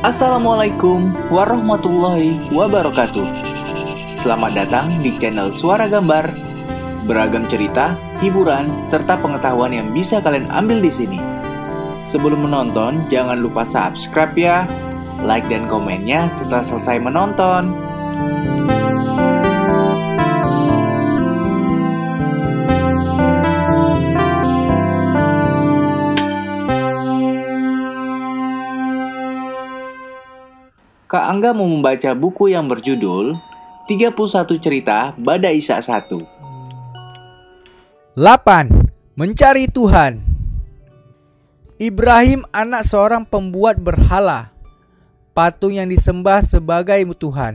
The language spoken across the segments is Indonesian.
Assalamualaikum warahmatullahi wabarakatuh. Selamat datang di channel Suara Gambar. Beragam cerita, hiburan, serta pengetahuan yang bisa kalian ambil di sini. Sebelum menonton, jangan lupa subscribe ya, like dan komennya setelah selesai menonton. Kak Angga mau membaca buku yang berjudul 31 Cerita Bada Isa 1. 8. Mencari Tuhan. Ibrahim anak seorang pembuat berhala, patung yang disembah sebagai Tuhan.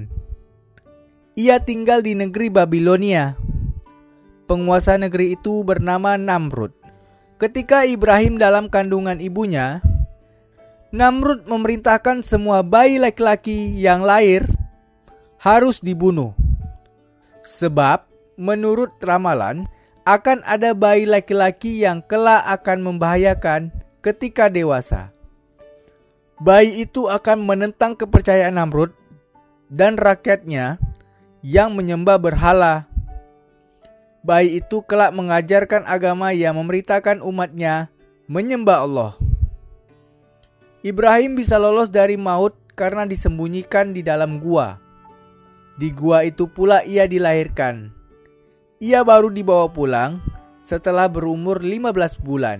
Ia tinggal di negeri Babilonia. Penguasa negeri itu bernama Namrud. Ketika Ibrahim dalam kandungan ibunya, Namrud memerintahkan semua bayi laki-laki yang lahir harus dibunuh. Sebab menurut ramalan akan ada bayi laki-laki yang kelak akan membahayakan ketika dewasa. Bayi itu akan menentang kepercayaan Namrud dan rakyatnya yang menyembah berhala. Bayi itu kelak mengajarkan agama yang memerintahkan umatnya menyembah Allah. Ibrahim bisa lolos dari maut karena disembunyikan di dalam gua. Di gua itu pula ia dilahirkan. Ia baru dibawa pulang setelah berumur 15 bulan.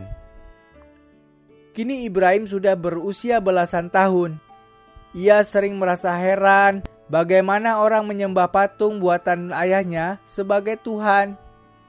Kini Ibrahim sudah berusia belasan tahun. Ia sering merasa heran bagaimana orang menyembah patung buatan ayahnya sebagai Tuhan.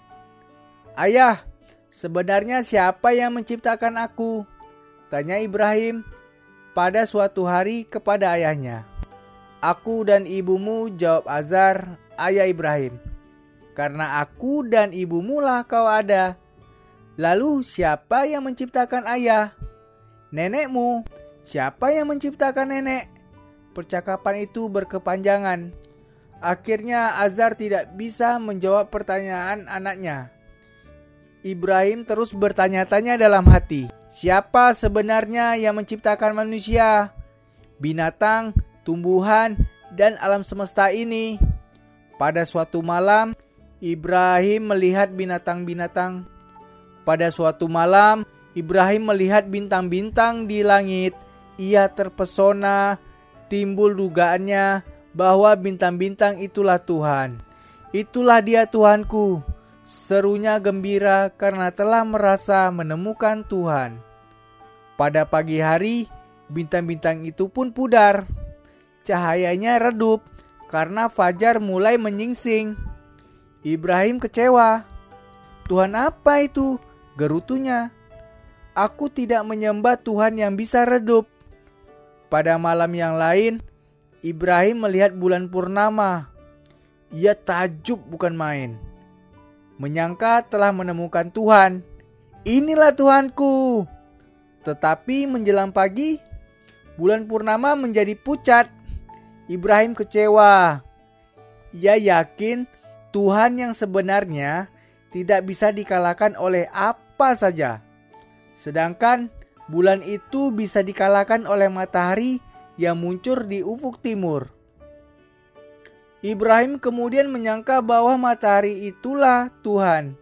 "Ayah, sebenarnya siapa yang menciptakan aku?" tanya Ibrahim pada suatu hari kepada ayahnya. "Aku dan ibumu," jawab Azar, ayah Ibrahim. "Karena aku dan ibumu lah kau ada." "Lalu siapa yang menciptakan ayah?" "Nenekmu." "Siapa yang menciptakan nenek?" Percakapan itu berkepanjangan. Akhirnya Azar tidak bisa menjawab pertanyaan anaknya. Ibrahim terus bertanya-tanya dalam hati, siapa sebenarnya yang menciptakan manusia, binatang, tumbuhan, dan alam semesta ini? Pada suatu malam, Ibrahim melihat bintang-bintang. Pada suatu malam, Ibrahim melihat bintang-bintang di langit. Ia terpesona, timbul dugaannya bahwa bintang-bintang itulah Tuhan. "Itulah dia Tuhanku," serunya gembira karena telah merasa menemukan Tuhan. Pada pagi hari, bintang-bintang itu pun pudar. Cahayanya redup karena fajar mulai menyingsing. Ibrahim kecewa. "Tuhan apa itu?" gerutunya. "Aku tidak menyembah Tuhan yang bisa redup." Pada malam yang lain, Ibrahim melihat bulan purnama. Ia takjub bukan main. Menyangka telah menemukan Tuhan. "Inilah Tuhanku." Tetapi menjelang pagi, bulan purnama menjadi pucat. Ibrahim kecewa. Ia yakin Tuhan yang sebenarnya tidak bisa dikalahkan oleh apa saja. Sedangkan bulan itu bisa dikalahkan oleh matahari yang muncul di ufuk timur. Ibrahim kemudian menyangka bahwa matahari itulah Tuhan.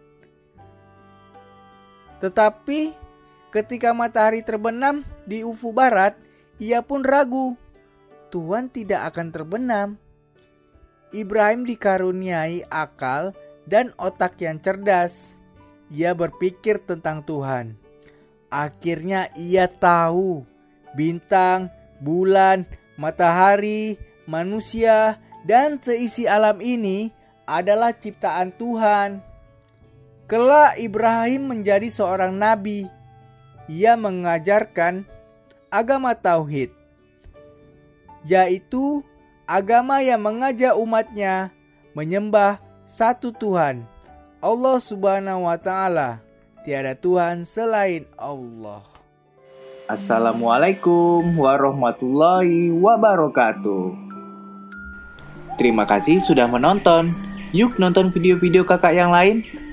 Tetapi ketika matahari terbenam di ufuk barat, ia pun ragu. Tuhan tidak akan terbenam. Ibrahim dikaruniai akal dan otak yang cerdas. Ia berpikir tentang Tuhan. Akhirnya ia tahu bintang, bulan, matahari, manusia, dan seisi alam ini adalah ciptaan Tuhan. Kelak Ibrahim menjadi seorang nabi. Ia mengajarkan agama tauhid, yaitu agama yang mengajak umatnya menyembah satu Tuhan, Allah Subhanahu wa Ta'ala. Tiada Tuhan selain Allah. Assalamualaikum warahmatullahi wabarakatuh. Terima kasih sudah menonton. Yuk nonton video-video kakak yang lain.